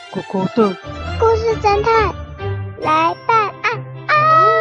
狗狗的故事侦探来办案啊！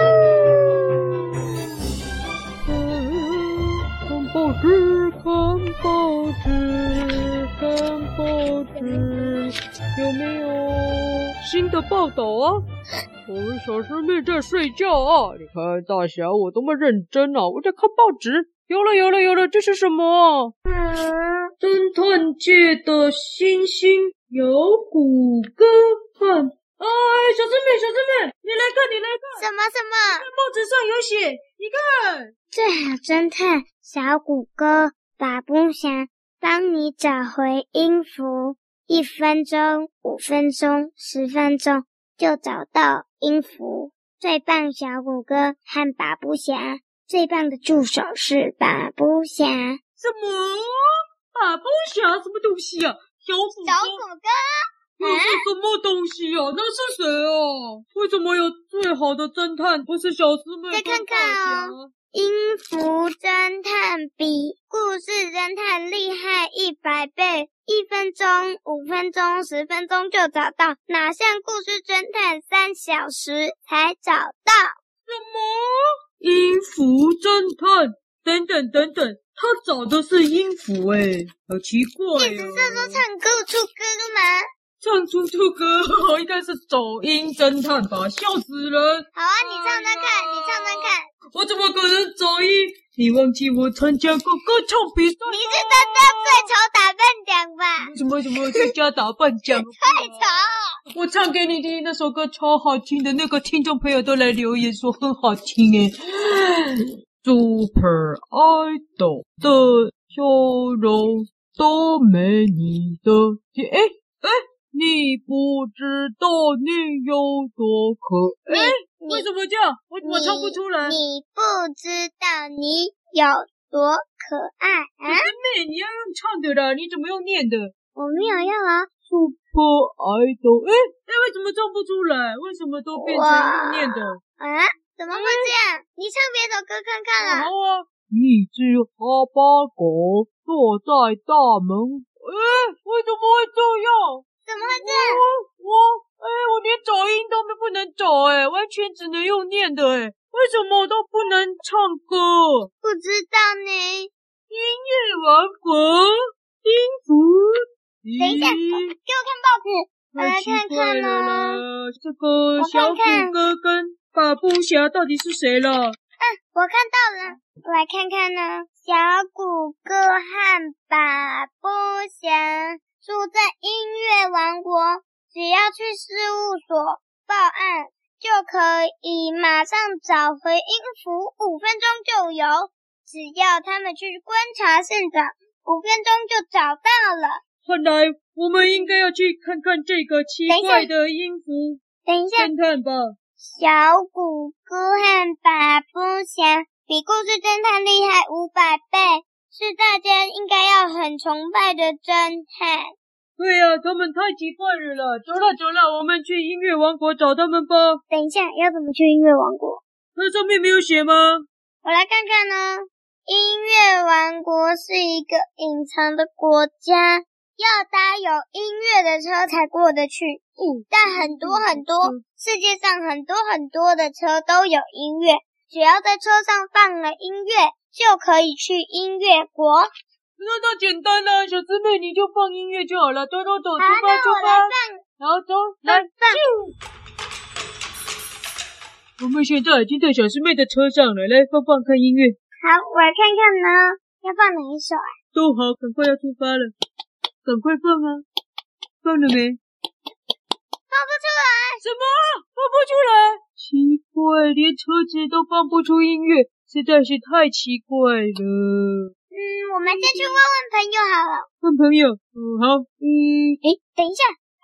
看报纸，看报纸，看报纸，有没有新的报道啊？我们小师妹在睡觉啊！你看大侠我多么认真啊！我在看报纸。有了，这是什么？侦探界的新星小谷歌汉。小师妹，你来看。 什么？ 看报纸上有写，你看。 最好侦探小谷歌把不想帮你找回音符，1分钟、5分钟、10分钟就找到音符。最棒小谷歌和把不侠，最棒的助手是把不侠。 什么？把不侠什么东西啊？小谷歌那是什么东西啊？那是谁啊？为什么有最好的侦探不是小师妹？ 再看看哦，音符侦探比故事侦探厉害100倍，1分钟、5分钟、10分钟就找到，哪像故事侦探3小时才找到。 什么？音符侦探？等等，他找的是音符好奇怪意思是说唱歌出歌了吗？ 唱出歌应该是走音侦探吧，笑死人！ 好啊，你唱唱看。 我怎么可能走音？你忘记我参加过歌唱比赛？ 你是得到最丑打扮奖吧？ 什么最佳打扮奖？ 太丑！ 我唱给你听，那首歌超好听的，那个听众朋友都来留言说很好听Super Idol 的笑容都没你的甜。你不知道你有多可爱。为什么这样？我唱不出来。 你不知道你有多可爱啊！ 妹，你要用唱的啦，你怎么用念的？ 我没有用啊。 Super Idol，为什么唱不出来？为什么都变成用念的？ 怎么会这样？你唱别首歌看看啦。 好啊。一只哈巴狗坐在大门。为什么会这样？ 怎么会这样？ 我连走音都不能走完全只能用念的为什么我都不能唱歌？ 不知道呢。 音乐王国音符。 等一下，给我看报纸，我来看看哦。 这个小谷歌跟把不侠到底是谁了？ 我看到了，我来看看呢。小谷歌和把不侠住在音乐王国，只要去事务所报案，就可以马上找回音符，5分钟就有。只要他们去观察现场，5分钟就找到了。 看来我们应该要去看看这个奇怪的音符。 等一下， 侦探吧。 小谷歌和把不侠比故事侦探厉害500倍，是大家应该要很崇拜的侦探。 对啊，他们太奇怪了啦！走了，我们去音乐王国找他们吧。 等一下，要怎么去音乐王国？ 那上面没有写吗？ 我来看看呢。音乐王国是一个隐藏的国家，要搭有音乐的车才过得去。但世界上很多的车都有音乐，只要在车上放了音乐，就可以去音乐国。 那倒简单啦，小师妹你就放音乐就好了。走，出发！然后走，来放。我们现在已经在小师妹的车上了，来放看音乐。 好，我来看看呢，要放哪一首啊？ 都好，赶快要出发了，赶快放啊！放了没？ 放不出来。 什么？放不出来？奇怪，连车子都放不出音乐，实在是太奇怪了。 我们先去问问朋友好了。 问朋友？好。 等一下。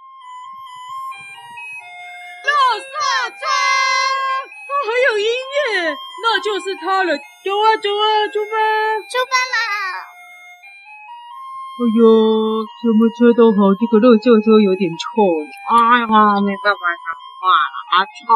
垃圾车！还有音乐，那就是它了。走啊，出发了。 什么车都好，这个垃圾车有点臭。没办法臭。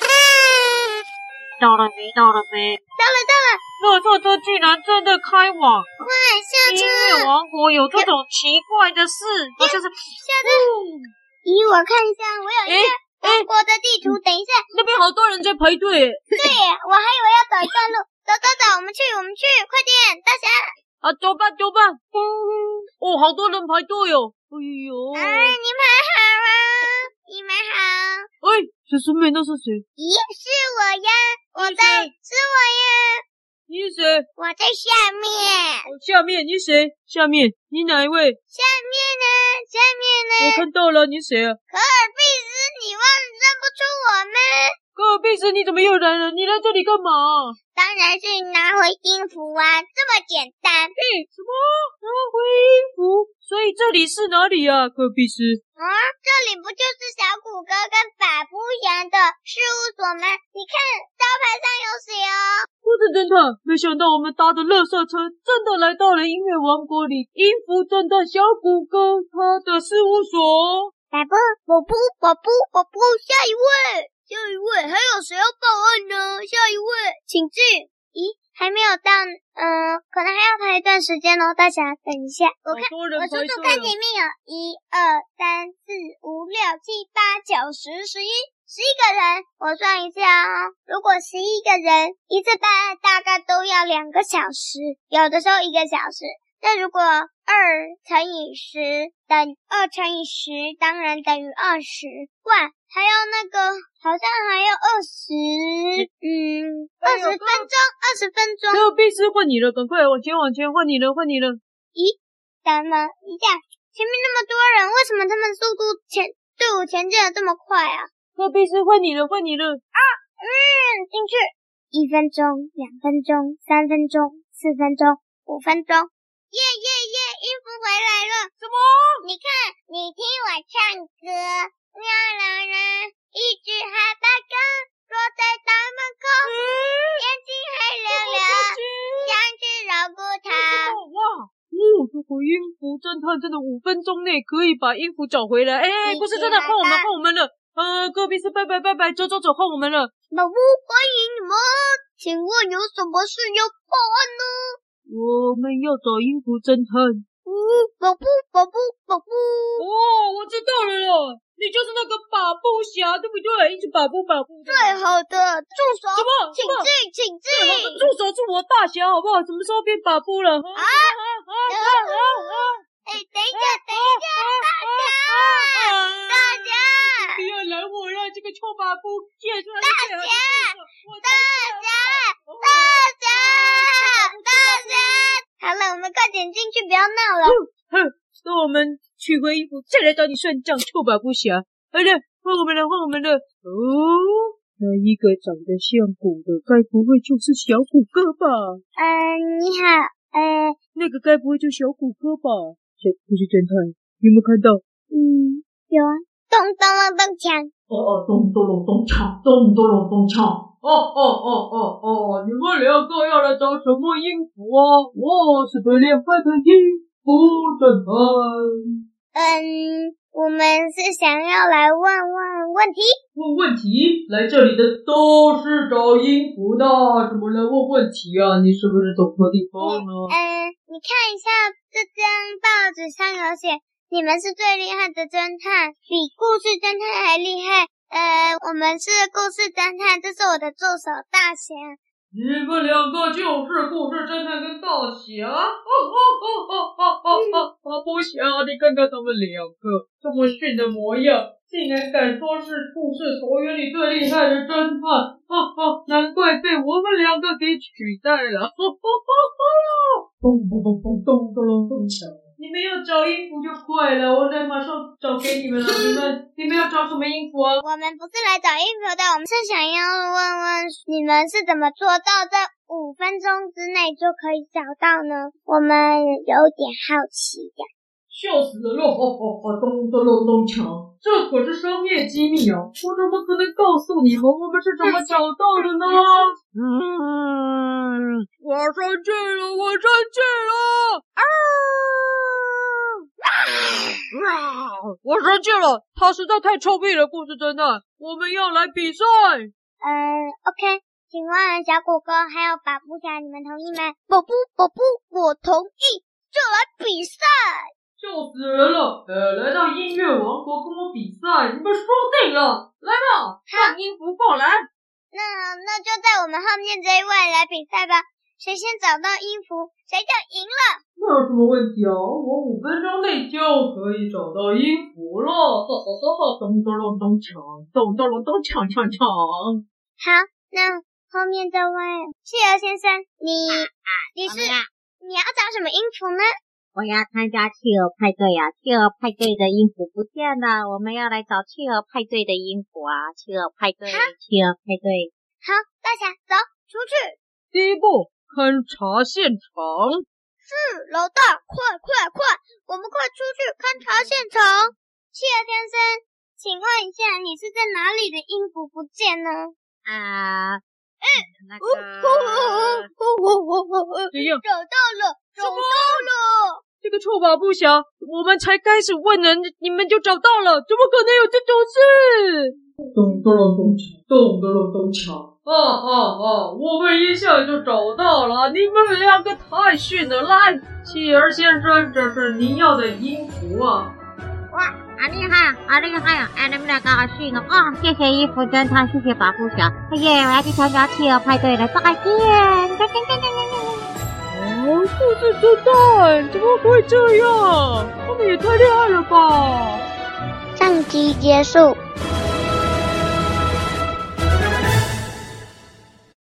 到了没？ 到了。 垃圾车居然真的开往！ 快下车！ 音乐王国有这种奇怪的事，好像是下车！ 咦，我看一下，我有一个王国的地图。等一下， 那边好多人在排队。 对耶，我还以为要走一段路。走，我们去，快点，大侠。 啊，走吧。哦，好多人排队哦。哎呦。 你们好啊，你们好。 哎，小师妹，那是谁？ 咦，是我呀，是我呀。 你是谁？ 我在下面。 下面，你谁？下面，你哪一位？ 下面呢？ 我看到了，你谁啊？ 可尔必斯，你认不出我吗？ 可尔必斯，你怎么又来了？你来这里干嘛？ 当然是拿回音符啊，这么简单。 什么？拿回音符？所以这里是哪里啊，可尔必斯？ 这里不就是小谷歌跟法布羊的事务所吗？你看招牌上有写哦。 故事侦探，没想到我们搭的垃圾车真的来到了音乐王国里，音符侦探小谷歌他的事务所。 法布，下一位，还有谁要报案呢？下一位，请进。咦，还没有到，可能还要排一段时间哦。大侠，等一下，我数数看前面有1、2、3、4、5、6、7、8、9、10、11个人。我算一下哦，如果11个人一次办案，大概都要2个小时，有的时候1个小时。那如果2乘以10等于2乘以10，当然等于20。哇，还有那个好像还有20分钟。 可尔必斯换你了，赶快往前，换你了。 咦，等一下，前面那么多人，为什么他们队伍前进的这么快啊？ 可尔必斯换你了。 进去。1分钟、2分钟、3分钟、4分钟、5分钟。耶！音符回来了。 什么？ 你看，你听我唱歌。一只海八哥坐在大门口，眼睛黑溜溜，像只肉骨头。 哇！这个音符侦探真的5分钟内可以把音符找回来。不是真的，换我们了。可尔必斯，拜，走，换我们了。 宝宝，欢迎你们，请问有什么事要报案呢？ 我们要找音符侦探。 宝布。 哦，我知道了啦，你就是那个把布侠，对不对？一直把布。 最好的助手。 什么？ 请进。 最好的助手是我大侠，好不好？什么时候变把布了？ 等一下，大侠！ 不要拦我，让这个臭把布借出来。大侠！ 好了，我们快点进去，不要闹了。 等我们取回衣服，再来找你算账，臭把布侠。好了，换我们了。哦，那一个长得像鼓的，该不会就是小鼓哥吧？ 你好， 那个该不会就小鼓哥吧？小故事侦探，有没有看到？ 有啊，咚咚隆咚锵。 咚咚隆咚锵。你们2个要来找什么音符啊？我是最厉害的音符侦探。 我们是想要来问问题。 问题？来这里的都是找音符的，怎么来问题啊？你是不是走错地方了？ 你看一下这张报纸上有写，你们是最厉害的侦探，比故事侦探还厉害。我们是故事侦探，这是我的助手大侠。 你们2个就是故事侦探跟大侠。不侠，你看看他们2个这么逊的模样，竟然敢说是故事所园里最厉害的侦探，难怪被我们2个给取代了。咚咚锵。你们要找音符就快了，我来马上找给你们了。你们要找什么音符啊？ 我们不是来找音符的，我们是想要问你们是怎么做到这5分钟之内就可以找到呢？我们有点好奇呀。 笑死人了！咚锵，这可是商业机密啊！我怎么可能告诉你们我们是怎么找到的呢？我生气了！我生气了！他实在太臭屁了，故事侦探，我们要来比赛。 OK， 请问小谷歌还有把布侠，你们同意吗？宝布，我同意，就来比赛。 笑死人了！来到音乐王国跟我比赛，你们输定了！来吧，放音符过来。 那就在我们后面这一位来比赛吧。谁先找到音符，谁就赢了。 那有什么问题啊？我5分钟内就可以找到音符了。咚咚隆咚锵，咚咚隆咚锵锵锵。 好，那后面这位企鹅先生，你要找什么音符呢？ 我要参加企鹅派对啊！企鹅派对的音符不见了，我们要来找企鹅派对的音符啊！企鹅派对，企鹅派对。 好，大侠，走出去。 第一步，勘察现场。 是，老大，快，我们快出去勘察现场。企鹅先生，请问一下，你是在哪里的音符不见呢？ 怎样？ 找到了！ 这个臭马不祥，我们才开始问人，你们就找到了，怎么可能有这种事？咚咚隆咚锵，咚咚隆咚锵。我们一下就找到了，你们2个太逊了！来，企鹅先生，这是您要的音符啊！ 哇，好厉害啊！你们2个好逊哦！谢谢衣服侦探，谢谢保护小。我要去参加企鹅派对了，再见！ 兔子侦探，怎么会这样？他们也太厉害了吧！ 上集结束。